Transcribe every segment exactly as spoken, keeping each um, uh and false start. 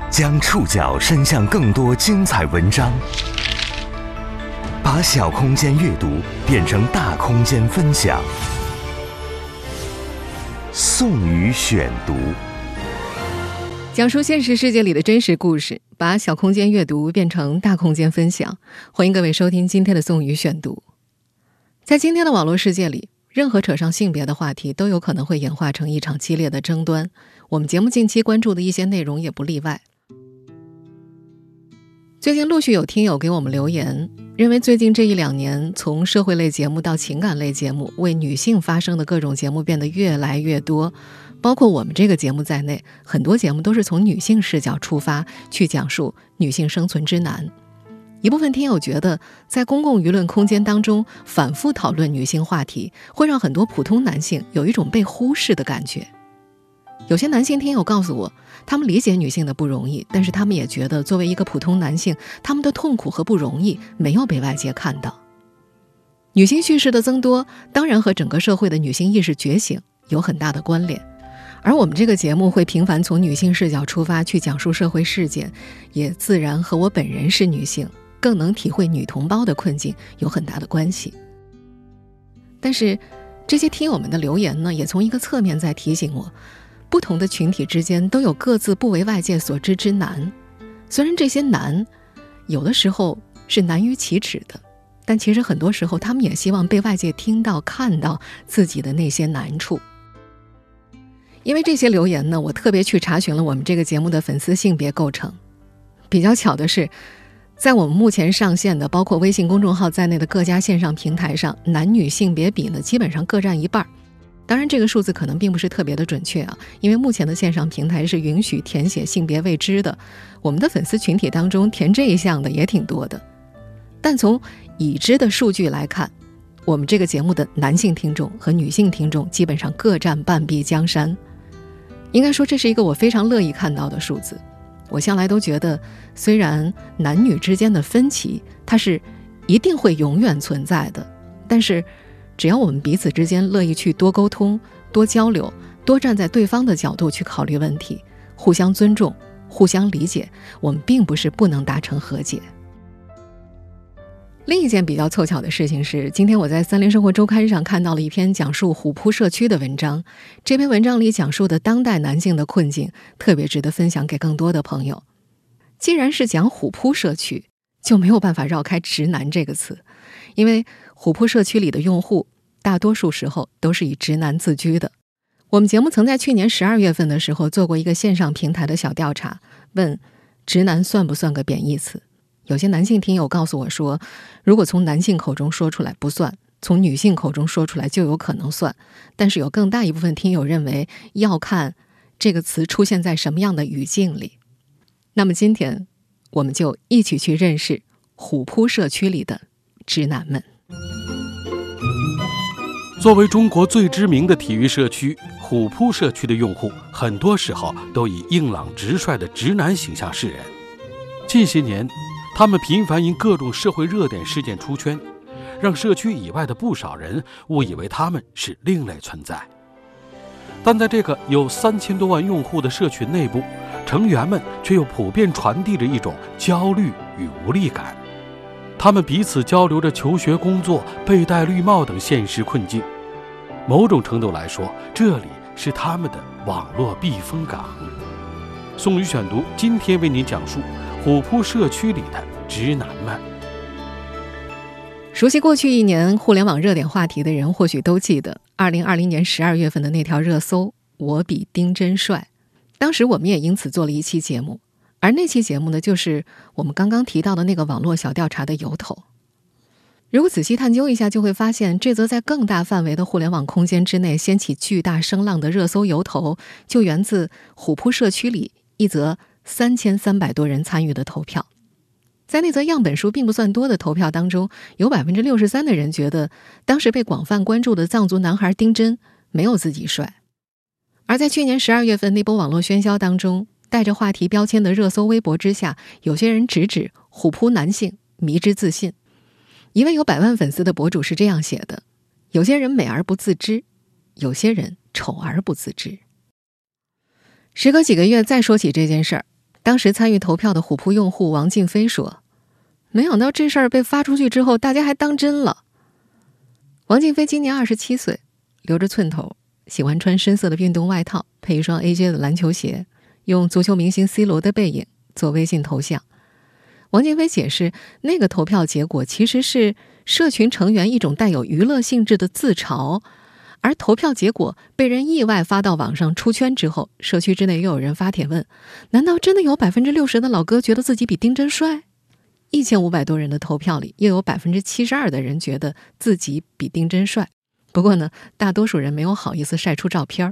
将触角伸向更多精彩文章，把小空间阅读变成大空间分享。宋宇选读， 讲述现实世界里的真实故事，把小空间阅读变成大空间分享。欢迎各位收听今天的宋宇选读。在今天的网络世界里，任何扯上性别的话题都有可能会演化成一场激烈的争端，我们节目近期关注的一些内容也不例外。最近陆续有听友给我们留言，认为最近这一两年，从社会类节目到情感类节目，为女性发声的各种节目变得越来越多，包括我们这个节目在内，很多节目都是从女性视角出发，去讲述女性生存之难。一部分听友觉得，在公共舆论空间当中反复讨论女性话题，会让很多普通男性有一种被忽视的感觉。有些男性听友告诉我，他们理解女性的不容易，但是他们也觉得作为一个普通男性，他们的痛苦和不容易没有被外界看到。女性叙事的增多，当然和整个社会的女性意识觉醒有很大的关联。而我们这个节目会频繁从女性视角出发去讲述社会事件，也自然和我本人是女性，更能体会女同胞的困境有很大的关系。但是这些听友们的留言呢，也从一个侧面在提醒我，不同的群体之间都有各自不为外界所知之难。虽然这些难有的时候是难于启齿的，但其实很多时候他们也希望被外界听到看到自己的那些难处。因为这些留言呢，我特别去查询了我们这个节目的粉丝性别构成。比较巧的是，在我们目前上线的包括微信公众号在内的各家线上平台上，男女性别比呢基本上各占一半。当然这个数字可能并不是特别的准确啊，因为目前的线上平台是允许填写性别未知的，我们的粉丝群体当中填这一项的也挺多的。但从已知的数据来看，我们这个节目的男性听众和女性听众基本上各占半壁江山。应该说这是一个我非常乐意看到的数字。我向来都觉得，虽然男女之间的分歧它是一定会永远存在的，但是只要我们彼此之间乐意去多沟通、多交流、多站在对方的角度去考虑问题，互相尊重、互相理解，我们并不是不能达成和解。另一件比较凑巧的事情是，今天我在三联生活周刊上看到了一篇讲述虎扑社区的文章。这篇文章里讲述的当代男性的困境，特别值得分享给更多的朋友。既然是讲虎扑社区，就没有办法绕开直男这个词，因为虎扑社区里的用户大多数时候都是以直男自居的。我们节目曾在去年十二月份的时候做过一个线上平台的小调查，问直男算不算个贬义词。有些男性听友告诉我说，如果从男性口中说出来不算，从女性口中说出来就有可能算。但是有更大一部分听友认为要看这个词出现在什么样的语境里。那么今天我们就一起去认识虎扑社区里的直男们。 作为中国最知名的体育社区，虎扑社区的用户很多时候都以硬朗直率的直男形象示人。近些年他们频繁因各种社会热点事件出圈，让社区以外的不少人误以为他们是另类存在。但在这个有三千多万用户的社群内部，成员们却又普遍传递着一种焦虑与无力感。他们彼此交流着求学、工作、被戴绿帽等现实困境。某种程度来说，这里是他们的网络避风港。宋宇选读今天为您讲述虎扑社区里的直男们。 熟悉过去一年互联网热点话题的人或许都记得二零二零年十二月份的那条热搜，我比丁真帅。当时我们也因此做了一期节目，而那期节目呢，就是我们刚刚提到的那个网络小调查的由头。如果仔细探究一下，就会发现这则在更大范围的互联网空间之内掀起巨大声浪的热搜由头，就源自虎扑社区里一则三千三百多人参与的投票。在那则样本数并不算多的投票当中，有 百分之六十三 的人觉得当时被广泛关注的藏族男孩丁真没有自己帅。而在去年十二月份那波网络喧嚣当中，带着话题标签的热搜微博之下，有些人直指虎扑男性迷之自信。一位有百万粉丝的博主是这样写的：有些人美而不自知，有些人丑而不自知。时隔几个月再说起这件事儿， 当时参与投票的虎扑用户王静飞说，没想到这事儿被发出去之后，大家还当真了。王静飞今年二十七岁，留着寸头，喜欢穿深色的运动外套，配一双 A J 的篮球鞋，用足球明星 C 罗的背影做微信头像。王静飞解释，那个投票结果其实是社群成员一种带有娱乐性质的自嘲，而投票结果被人意外发到网上出圈之后，社区之内又有人发帖问，难道真的有 百分之六十 的老哥觉得自己比丁真帅？一千五百多人的投票里，又有 百分之七十二 的人觉得自己比丁真帅。不过呢，大多数人没有好意思晒出照片。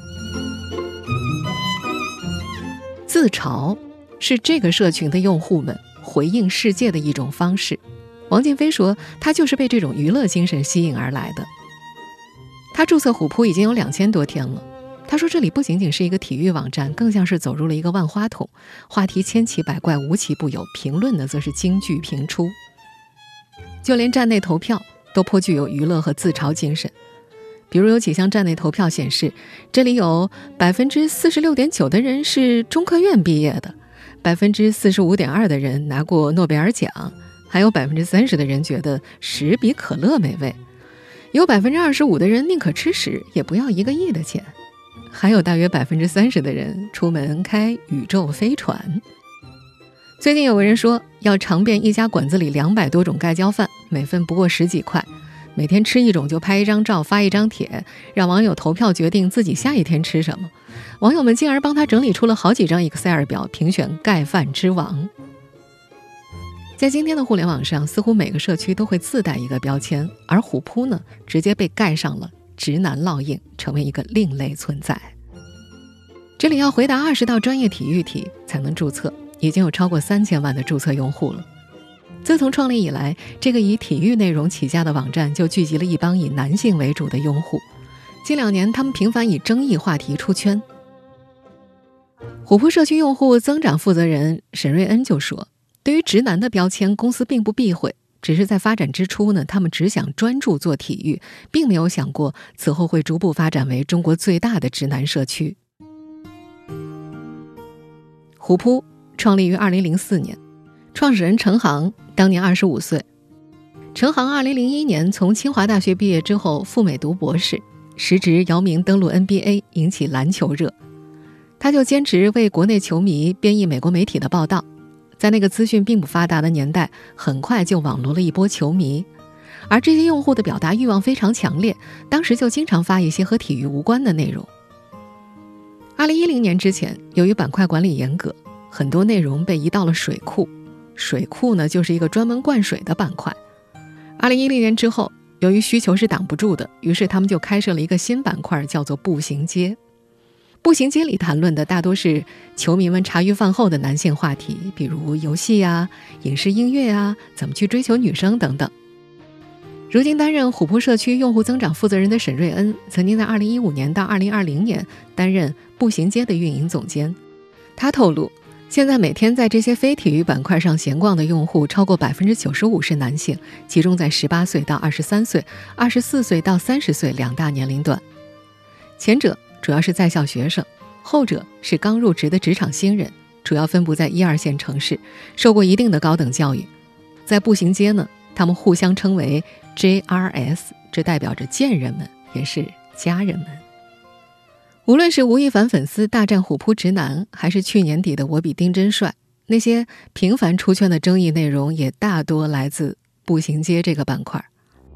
自嘲是这个社群的用户们回应世界的一种方式。王静飞说，他就是被这种娱乐精神吸引而来的。他注册虎扑已经有两千多天了。他说，这里不仅仅是一个体育网站，更像是走入了一个万花筒，话题千奇百怪，无奇不有，评论的则是金句频出。就连站内投票都颇具有娱乐和自嘲精神。比如有几项站内投票显示，这里有 百分之四十六点九 的人是中科院毕业的， 百分之四十五点二 的人拿过诺贝尔奖，还有 百分之三十 的人觉得屎比可乐美味，有 百分之二十五 的人宁可吃屎也不要一个亿的钱，还有大约 百分之三十 的人出门开宇宙飞船。最近有个人说，要尝遍一家馆子里两百多种盖浇饭，每份不过十几块，每天吃一种就拍一张照发一张帖，让网友投票决定自己下一天吃什么。网友们进而帮他整理出了好几张 Excel 表，评选盖饭之王。在今天的互联网上，似乎每个社区都会自带一个标签，而虎扑呢，直接被盖上了直男烙印，成为一个另类存在。这里要回答二十道专业体育题才能注册，已经有超过三千万的注册用户了。自从创立以来，这个以体育内容起家的网站就聚集了一帮以男性为主的用户。近两年，他们频繁以争议话题出圈。虎扑社区用户增长负责人沈瑞恩就说，对于直男的标签，公司并不避讳，只是在发展之初呢，他们只想专注做体育，并没有想过此后会逐步发展为中国最大的直男社区。虎扑创立于二零零四年，创始人陈航当年二十五岁。陈航二零零一年从清华大学毕业之后赴美读博士，时值姚明登陆 N B A， 引起篮球热。他就兼职为国内球迷编译美国媒体的报道。在那个资讯并不发达的年代，很快就网罗了一波球迷。而这些用户的表达欲望非常强烈，当时就经常发一些和体育无关的内容。二零一零年之前，由于板块管理严格，很多内容被移到了水库。水库呢，就是一个专门灌水的板块。二零一零年之后，由于需求是挡不住的，于是他们就开设了一个新板块，叫做步行街。步行街里谈论的大多是球迷们茶余饭后的男性话题，比如游戏啊、影视音乐啊、怎么去追求女生等等。如今担任虎扑社区用户增长负责人的沈瑞恩，曾经在二零一五年到二零二零年担任步行街的运营总监。他透露，现在每天在这些非体育板块上闲逛的用户超过 百分之九十五 是男性，集中在十八岁到二十三岁、二十四岁到三十岁两大年龄段。前者主要是在校学生，后者是刚入职的职场新人，主要分布在一二线城市，受过一定的高等教育。在步行街呢，他们互相称为 J R S， 这代表着贱人们，也是家人们。无论是吴亦凡粉丝大战虎扑直男，还是去年底的我比丁真帅，那些频繁出圈的争议内容也大多来自步行街这个板块。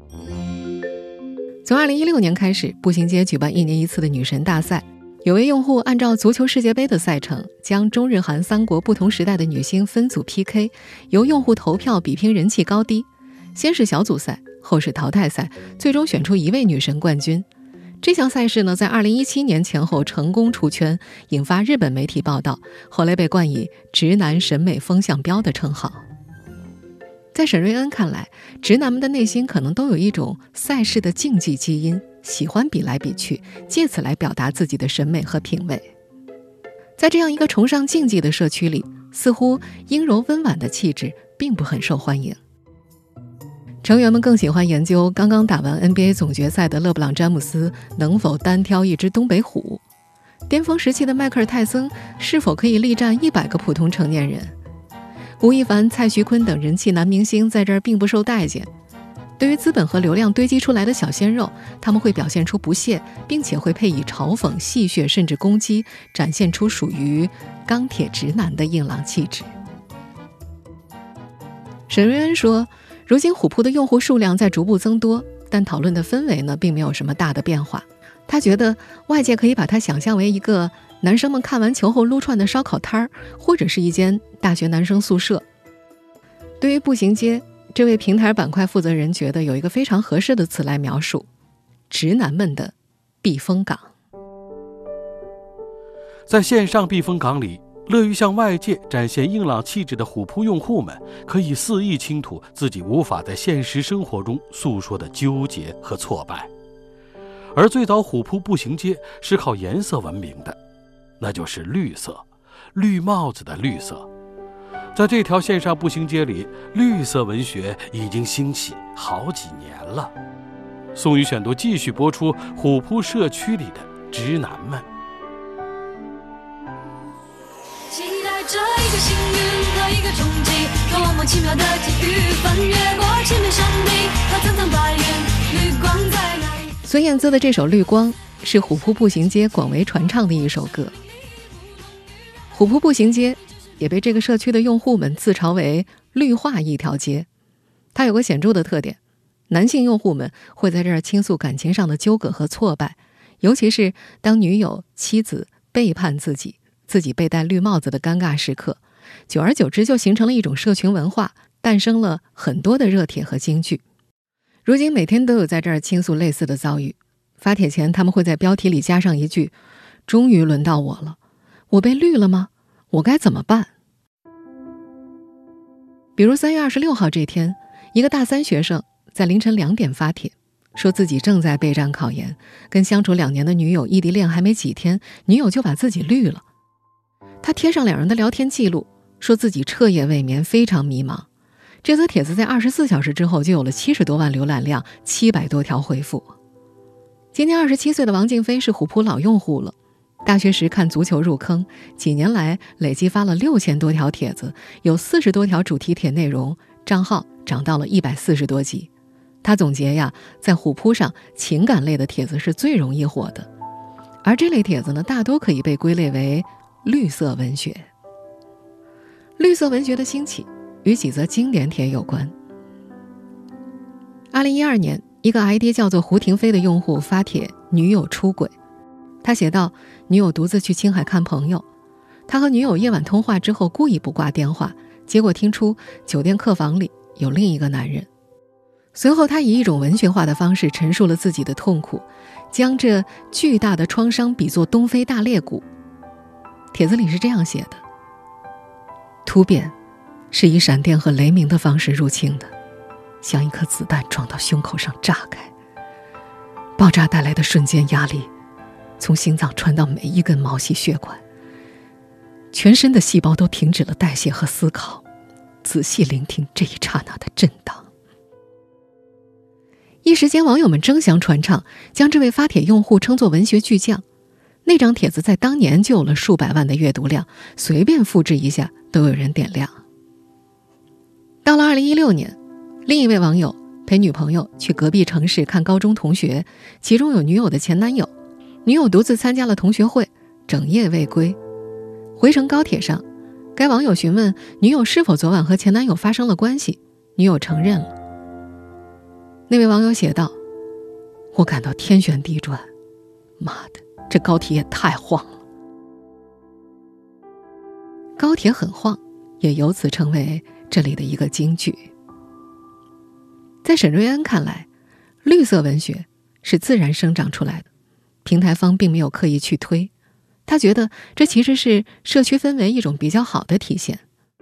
从二零一六年开始，步行街举办一年一次的女神大赛，有位用户按照足球世界杯的赛程，将中日韩三国不同时代的女星分组 P K， 由用户投票比拼人气高低，先是小组赛，后是淘汰赛，最终选出一位女神冠军。这项赛事呢，在二零一七年前后成功出圈，引发日本媒体报道，后来被冠以直男审美风向标的称号。在沈瑞恩看来，直男们的内心可能都有一种赛事的竞技基因，喜欢比来比去，借此来表达自己的审美和品味。在这样一个崇尚竞技的社区里，似乎阴柔温婉的气质并不很受欢迎。成员们更喜欢研究刚刚打完 N B A 总决赛的勒布朗·詹姆斯能否单挑一只东北虎。 巅峰时期的迈克尔·泰森是否可以力战一百个普通成年人？吴亦凡、蔡徐坤等人气男明星在这儿并不受待见。对于资本和流量堆积出来的小鲜肉，他们会表现出不屑，并且会配以嘲讽、戏谑甚至攻击，展现出属于钢铁直男的硬朗气质。沈瑞恩说，如今虎扑的用户数量在逐步增多，但讨论的氛围呢，并没有什么大的变化。他觉得外界可以把它想象为一个男生们看完球后撸串的烧烤摊儿，或者是一间大学男生宿舍。对于步行街，这位平台板块负责人觉得有一个非常合适的词来描述：直男们的避风港。 在线上避风港里，乐于向外界展现硬朗气质的虎扑用户们，可以肆意倾吐自己无法在现实生活中诉说的纠结和挫败。而最早虎扑步行街是靠颜色闻名的，那就是绿色，绿帽子的绿色。在这条线上步行街里，绿色文学已经兴起好几年了。宋宇选读继续播出虎扑社区里的直男们。 期待着一个幸运和一个冲击，多么奇妙的际遇，翻越过千面山地和层层白云，绿光在哪里？ 孙燕姿的这首《绿光》是虎扑步行街广为传唱的一首歌。虎扑步行街也被这个社区的用户们自嘲为绿化一条街。它有个显著的特点，男性用户们会在这儿倾诉感情上的纠葛和挫败，尤其是当女友、妻子背叛自己，自己被戴绿帽子的尴尬时刻，久而久之就形成了一种社群文化，诞生了很多的热帖和金句。如今每天都有在这儿倾诉类似的遭遇，发帖前他们会在标题里加上一句：终于轮到我了，我被绿了吗？我该怎么办？比如三月二十六号这天，一个大三学生在凌晨两点发帖，说自己正在备战考研，跟相处两年的女友异地恋还没几天，女友就把自己绿了。他贴上两人的聊天记录，说自己彻夜未眠，非常迷茫。这则帖子在二十四小时之后就有了七十多万浏览量，七百多条回复。今年二十七岁的王静飞是虎扑老用户了。大学时看足球入坑，几年来累计发了六千多条帖子，有四十多条主题帖内容，账号涨到了一百四十多集。他总结呀，在虎扑上情感类的帖子是最容易火的，而这类帖子呢，大多可以被归类为绿色文学。绿色文学的兴起与几则经典帖有关。二零一二年，一个 I D 叫做胡婷飞的用户发帖女友出轨。他写道，女友独自去青海看朋友，他和女友夜晚通话之后故意不挂电话，结果听出酒店客房里有另一个男人。随后他以一种文学化的方式陈述了自己的痛苦，将这巨大的创伤比作东非大裂谷。帖子里是这样写的：突变是以闪电和雷鸣的方式入侵的，像一颗子弹撞到胸口上炸开，爆炸带来的瞬间压力从心脏传到每一根毛细血管，全身的细胞都停止了代谢和思考，仔细聆听这一刹那的震荡。一时间网友们争相传唱，将这位发帖用户称作文学巨匠。那张帖子在当年就有了数百万的阅读量，随便复制一下都有人点亮。到了二零一六年，另一位网友陪女朋友去隔壁城市看高中同学，其中有女友的前男友。女友独自参加了同学会，整夜未归。回程高铁上，该网友询问女友是否昨晚和前男友发生了关系，女友承认了。那位网友写道：我感到天旋地转，妈的，这高铁也太晃了。高铁很晃，也由此成为这里的一个金句。在沈瑞恩看来，绿色文学是自然生长出来的，平台方并没有刻意去推，他觉得这其实是社区氛围一种比较好的体现。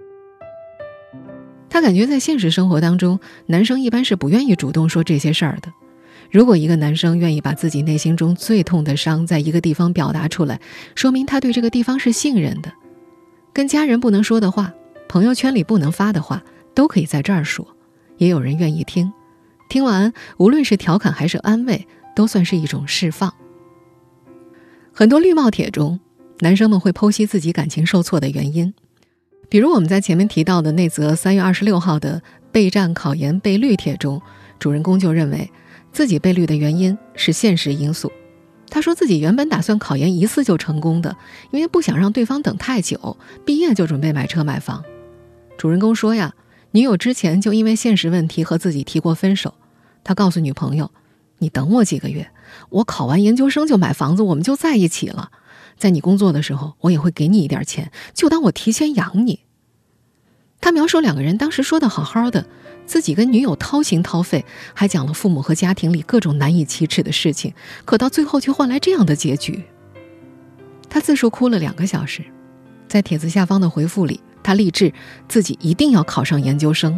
他感觉在现实生活当中，男生一般是不愿意主动说这些事儿的。如果一个男生愿意把自己内心中最痛的伤在一个地方表达出来，说明他对这个地方是信任的。跟家人不能说的话，朋友圈里不能发的话，都可以在这儿说，也有人愿意听。听完，无论是调侃还是安慰，都算是一种释放。 很多绿帽帖中，男生们会剖析自己感情受挫的原因，比如我们在前面提到的那则三月二十六号的备战考研被绿帖中，主人公就认为自己被绿的原因是现实因素。他说自己原本打算考研一次就成功的，因为不想让对方等太久，毕业就准备买车买房。主人公说呀，女友之前就因为现实问题和自己提过分手，他告诉女朋友，你等我几个月，我考完研究生就买房子，我们就在一起了，在你工作的时候我也会给你一点钱，就当我提前养你。他描述两个人当时说的好好的，自己跟女友掏心掏肺，还讲了父母和家庭里各种难以启齿的事情，可到最后却换来这样的结局。他自述哭了两个小时，在帖子下方的回复里，他立志自己一定要考上研究生。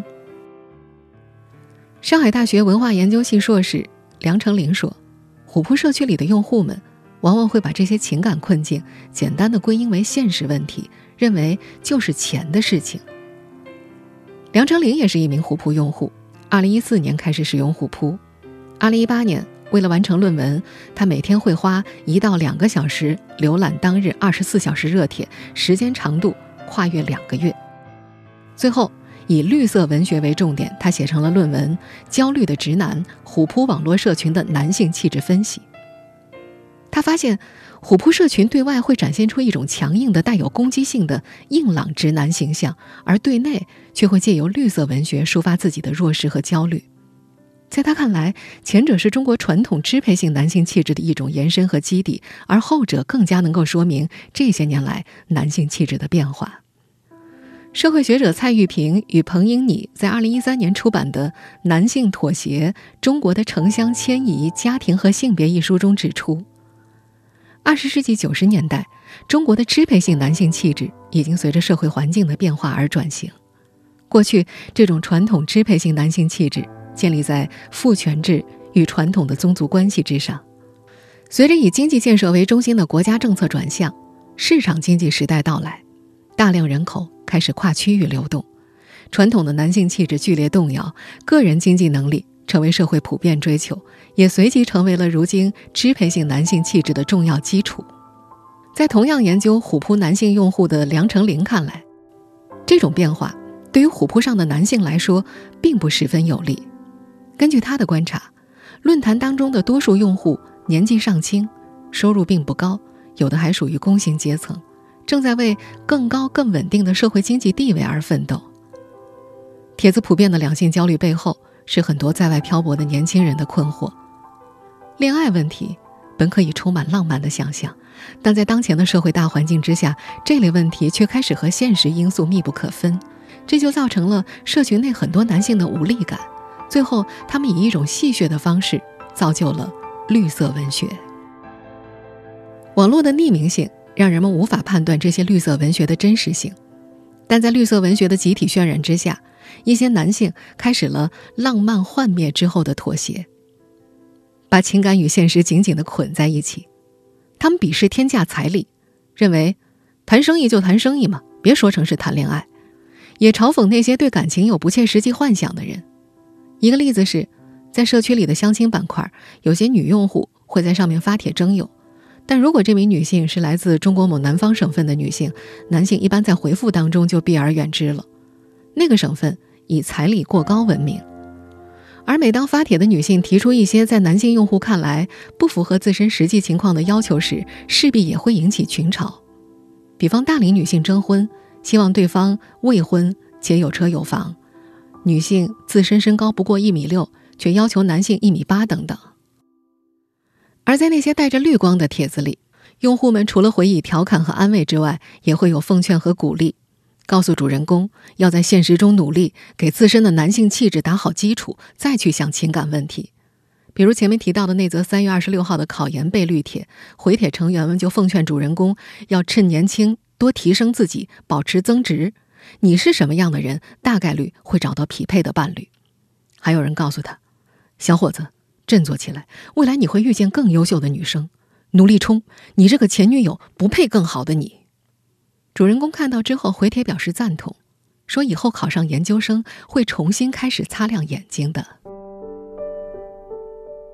上海大学文化研究系硕士梁成林说，虎扑社区里的用户们往往会把这些情感困境简单的归因为现实问题，认为就是钱的事情。梁成林也是一名虎扑用户，二零一四年开始使用虎扑。二零一八年，为了完成论文，他每天会花一到两个小时浏览当日二十四小时热帖，时间长度跨越两个月。最后，以绿色文学为重点，他写成了论文《焦虑的直男：虎扑网络社群的男性气质分析》。他发现，虎扑社群对外会展现出一种强硬的、带有攻击性的硬朗直男形象，而对内却会借由绿色文学抒发自己的弱势和焦虑。在他看来，前者是中国传统支配性男性气质的一种延伸和基底，而后者更加能够说明这些年来男性气质的变化。社会学者蔡玉平与彭英妮在二零一三年出版的《男性妥协：中国的城乡迁移、家庭和性别》一书中指出，二十世纪九十年代，中国的支配性男性气质已经随着社会环境的变化而转型。过去，这种传统支配性男性气质建立在父权制与传统的宗族关系之上。随着以经济建设为中心的国家政策转向，市场经济时代到来，大量人口开始跨区域流动，传统的男性气质剧烈动摇，个人经济能力成为社会普遍追求，也随即成为了如今支配性男性气质的重要基础。在同样研究虎扑男性用户的梁成林看来，这种变化对于虎扑上的男性来说并不十分有利。根据他的观察，论坛当中的多数用户年纪尚轻，收入并不高，有的还属于工薪阶层，正在为更高更稳定的社会经济地位而奋斗。帖子普遍的两性焦虑背后，是很多在外漂泊的年轻人的困惑。恋爱问题本可以充满浪漫的想象，但在当前的社会大环境之下，这类问题却开始和现实因素密不可分，这就造成了社群内很多男性的无力感，最后他们以一种戏谑的方式造就了绿色文学。网络的匿名性让人们无法判断这些绿色文学的真实性，但在绿色文学的集体渲染之下，一些男性开始了浪漫幻灭之后的妥协，把情感与现实紧紧地捆在一起。他们鄙视天价彩礼，认为谈生意就谈生意嘛，别说成是谈恋爱，也嘲讽那些对感情有不切实际幻想的人。一个例子是，在社区里的相亲板块，有些女用户会在上面发帖征友，但如果这名女性是来自中国某南方省份的女性，男性一般在回复当中就避而远之了。那个省份以彩礼过高闻名，而每当发帖的女性提出一些在男性用户看来不符合自身实际情况的要求时，势必也会引起群嘲。比方大龄女性征婚，希望对方未婚且有车有房，女性自身身高不过一米六，却要求男性一米八等等。而在那些带着绿光的帖子里，用户们除了回以调侃和安慰之外，也会有奉劝和鼓励，告诉主人公要在现实中努力，给自身的男性气质打好基础，再去想情感问题。比如前面提到的那则三月二十六号的考研被绿帖，回帖成员们就奉劝主人公要趁年轻多提升自己，保持增值。你是什么样的人，大概率会找到匹配的伴侣。还有人告诉他，小伙子，振作起来，未来你会遇见更优秀的女生，努力冲，你这个前女友不配更好的你。主人公看到之后回帖表示赞同，说以后考上研究生会重新开始擦亮眼睛的。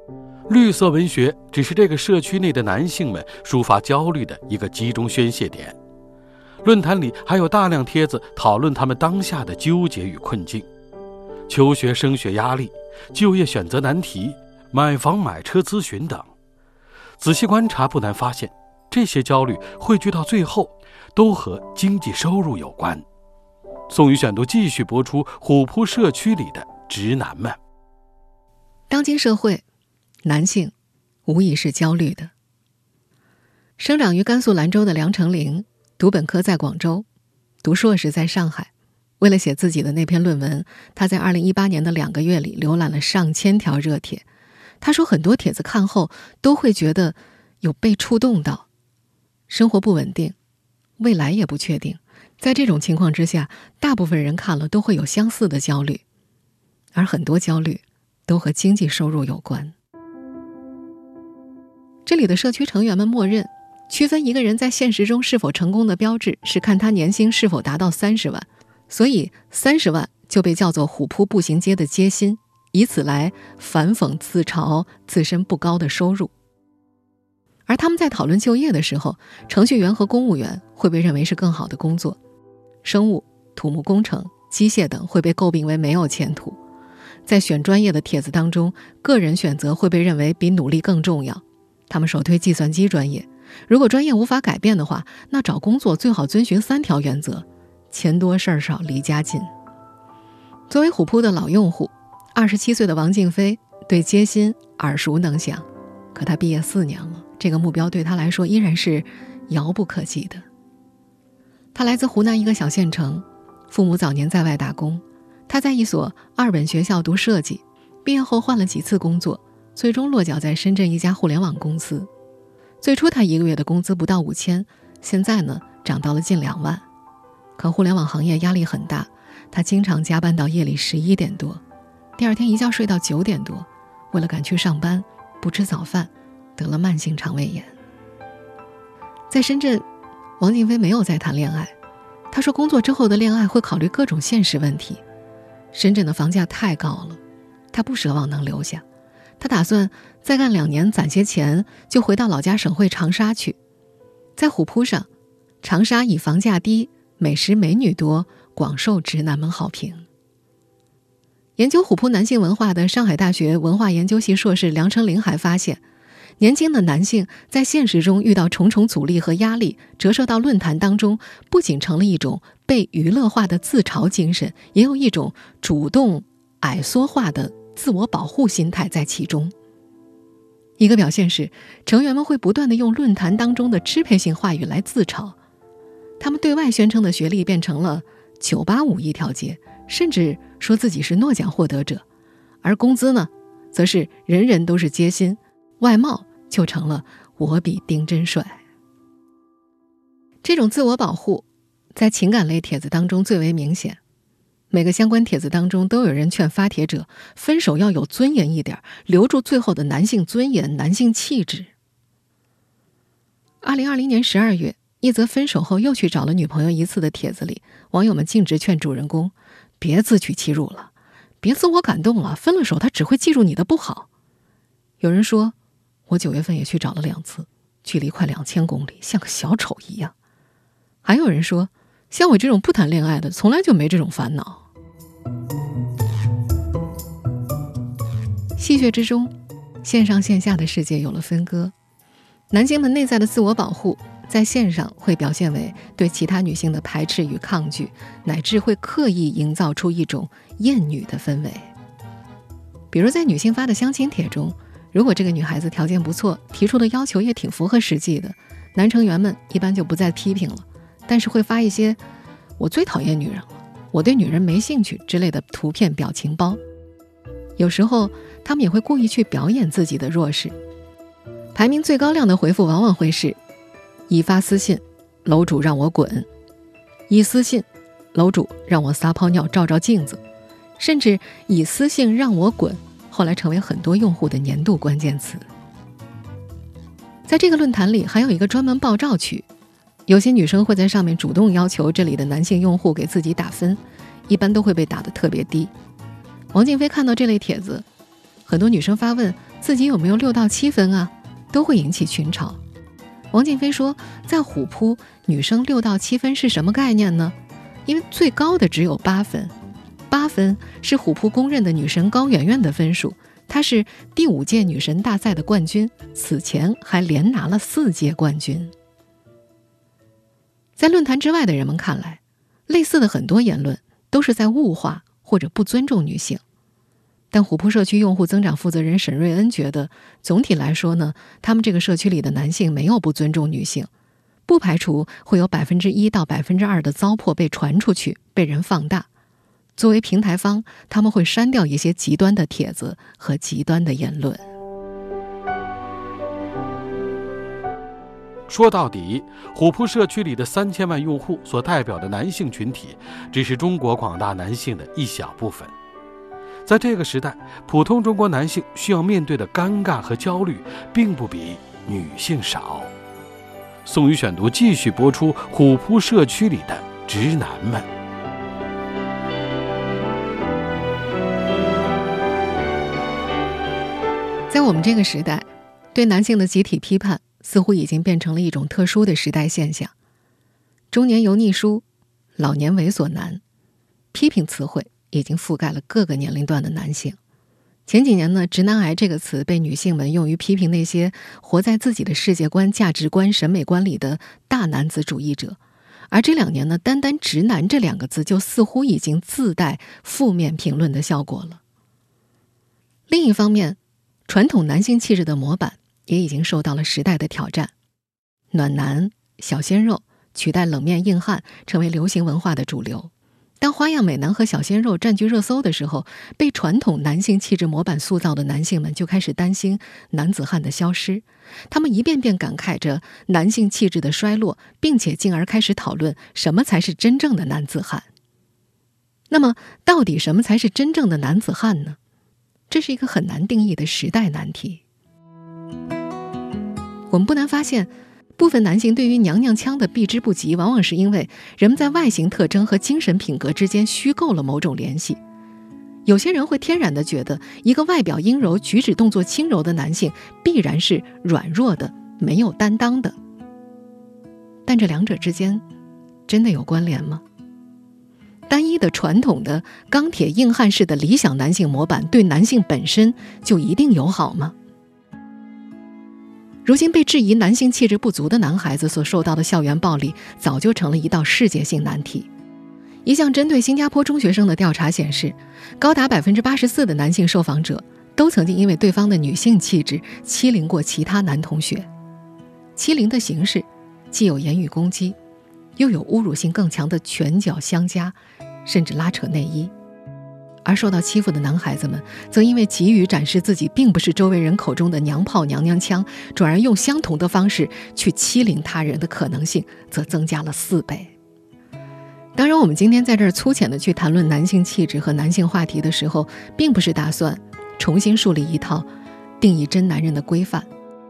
绿色文学只是这个社区内的男性们抒发焦虑的一个集中宣泄点。论坛里还有大量帖子讨论他们当下的纠结与困境，求学升学压力、就业选择难题、买房买车咨询等。仔细观察不难发现，这些焦虑汇聚到最后都和经济收入有关。宋宇选读继续播出虎扑社区里的直男们。 当今社会，男性无疑是焦虑的。生长于甘肃兰州的梁成林，读本科在广州，读硕士在上海。为了写自己的那篇论文，他在二零一八年的两个月里浏览了上千条热帖。他说很多帖子看后都会觉得有被触动到。生活不稳定，未来也不确定，在这种情况之下，大部分人看了都会有相似的焦虑，而很多焦虑都和经济收入有关。这里的社区成员们默认，区分一个人在现实中是否成功的标志是看他年薪是否达到三十万，所以三十万就被叫做虎扑步行街的街薪，以此来反讽自嘲自身不高的收入。而他们在讨论就业的时候，程序员和公务员会被认为是更好的工作，生物、土木工程、机械等会被诟病为没有前途。在选专业的帖子当中，个人选择会被认为比努力更重要。他们首推计算机专业，如果专业无法改变的话，那找工作最好遵循三条原则：钱多事儿少，离家近。作为虎扑的老用户，二十七岁的王静飞对街薪耳熟能详，可他毕业四年了，这个目标对他来说依然是遥不可及的。他来自湖南一个小县城，父母早年在外打工，他在一所二本学校读设计，毕业后换了几次工作，最终落脚在深圳一家互联网公司。最初他一个月的工资不到五千，现在呢涨到了近两万。可互联网行业压力很大，他经常加班到夜里十一点多，第二天一觉睡到九点多，为了赶去上班，不吃早饭，得了慢性肠胃炎。在深圳，王静飞没有再谈恋爱。他说工作之后的恋爱会考虑各种现实问题，深圳的房价太高了，他不奢望能留下。他打算再干两年攒些钱，就回到老家省会长沙去。在虎扑上，长沙以房价低、美食美女多，广受直男们好评。研究虎扑男性文化的上海大学文化研究系硕士梁成林还发现，年轻的男性在现实中遇到重重阻力和压力，折射到论坛当中，不仅成了一种被娱乐化的自嘲精神，也有一种主动矮缩化的自我保护心态在其中。一个表现是，成员们会不断地用论坛当中的支配性话语来自嘲。他们对外宣称的学历变成了九八五一条街，甚至说自己是诺奖获得者，而工资呢，则是人人都是街薪，外貌就成了我比丁真帅。这种自我保护在情感类帖子当中最为明显。每个相关帖子当中都有人劝发帖者分手要有尊严一点，留住最后的男性尊严、男性气质。二零二零年十二月，一则分手后又去找了女朋友一次的帖子里，网友们径直劝主人公别自取其辱了，别自我感动了，分了手他只会记住你的不好。有人说，我九月份也去找了两次，距离快两千公里，像个小丑一样。还有人说，像我这种不谈恋爱的，从来就没这种烦恼。戏谑之中，线上线下的世界有了分割。男性们内在的自我保护，在线上会表现为对其他女性的排斥与抗拒，乃至会刻意营造出一种厌女的氛围。比如在女性发的相亲帖中，如果这个女孩子条件不错，提出的要求也挺符合实际的，男成员们一般就不再批评了，但是会发一些我最讨厌女人了，我对女人没兴趣之类的图片表情包。有时候他们也会故意去表演自己的弱势。排名最高亮的回复往往会是已发私信，楼主让我滚；已私信，楼主让我撒泡尿照照镜子；甚至已私信让我滚后来成为很多用户的年度关键词。在这个论坛里还有一个专门爆照区，有些女生会在上面主动要求这里的男性用户给自己打分，一般都会被打得特别低。王静飞看到这类帖子，很多女生发问自己有没有六到七分啊，都会引起群嘲。王静飞说，在虎扑，女生六到七分是什么概念呢？因为最高的只有八分，八分是虎扑公认的女神高圆圆的分数，她是第五届女神大赛的冠军，此前还连拿了四届冠军。在论坛之外的人们看来，类似的很多言论都是在物化或者不尊重女性。但虎扑社区用户增长负责人沈瑞恩觉得，总体来说呢，他们这个社区里的男性没有不尊重女性，不排除会有百分之一到百分之二的糟粕被传出去，被人放大。作为平台方，他们会删掉一些极端的帖子和极端的言论。 说到底，虎扑社区里的三千万用户所代表的男性群体，只是中国广大男性的一小部分。在这个时代，普通中国男性需要面对的尴尬和焦虑，并不比女性少。宋宇选读继续播出虎扑社区里的直男们。 在我们这个时代，对男性的集体批判似乎已经变成了一种特殊的时代现象。中年油腻叔，老年猥琐男，批评词汇已经覆盖了各个年龄段的男性。前几年呢，直男癌这个词被女性们用于批评那些活在自己的世界观、价值观、审美观里的大男子主义者。而这两年呢，单单直男这两个字就似乎已经自带负面评论的效果了。另一方面，传统男性气质的模板也已经受到了时代的挑战。暖男、小鲜肉取代冷面硬汉，成为流行文化的主流。当花样美男和小鲜肉占据热搜的时候，被传统男性气质模板塑造的男性们就开始担心男子汉的消失。他们一遍遍感慨着男性气质的衰落，并且进而开始讨论什么才是真正的男子汉。那么，到底什么才是真正的男子汉呢？这是一个很难定义的时代难题。我们不难发现，部分男性对于娘娘腔的避之不及，往往是因为人们在外形特征和精神品格之间虚构了某种联系。有些人会天然地觉得，一个外表阴柔、举止动作轻柔的男性必然是软弱的、没有担当的。但这两者之间真的有关联吗？单一的传统的钢铁硬汉式的理想男性模板对男性本身就一定友好吗？如今被质疑男性气质不足的男孩子所受到的校园暴力，早就成了一道世界性难题。一项针对新加坡中学生的调查显示，高达 百分之八十四 的男性受访者都曾经因为对方的女性气质欺凌过其他男同学。欺凌的形式既有言语攻击，又有侮辱性更强的拳脚相加，甚至拉扯内衣。而受到欺负的男孩子们则因为急于展示自己并不是周围人口中的娘炮娘娘腔，转而用相同的方式去欺凌他人的可能性则增加了四倍。当然，我们今天在这儿粗浅的去谈论男性气质和男性话题的时候，并不是打算重新树立一套定义真男人的规范。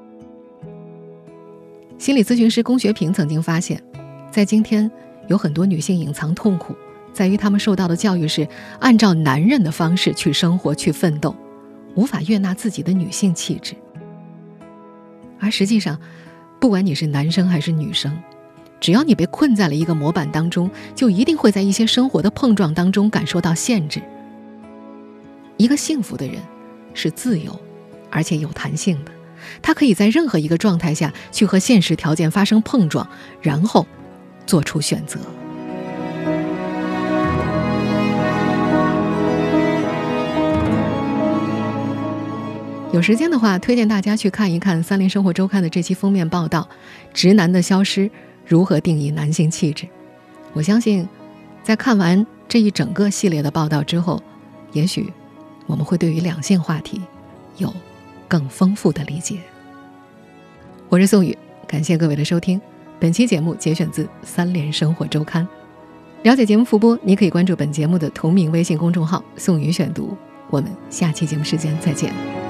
心理咨询师龚学平曾经发现，在今天有很多女性隐藏痛苦，在于她们受到的教育是按照男人的方式去生活、去奋斗，无法悦纳自己的女性气质。而实际上，不管你是男生还是女生，只要你被困在了一个模板当中，就一定会在一些生活的碰撞当中感受到限制。一个幸福的人是自由而且有弹性的，他可以在任何一个状态下去和现实条件发生碰撞，然后做出选择。有时间的话，推荐大家去看一看《三联生活周刊》的这期封面报道，直男的消失，如何定义男性气质。我相信在看完这一整个系列的报道之后，也许我们会对于两性话题有更丰富的理解。我是宋宇，感谢各位的收听。本期节目节选自《三联生活周刊》。了解节目复播，你可以关注本节目的同名微信公众号宋宇选读。我们下期节目时间再见。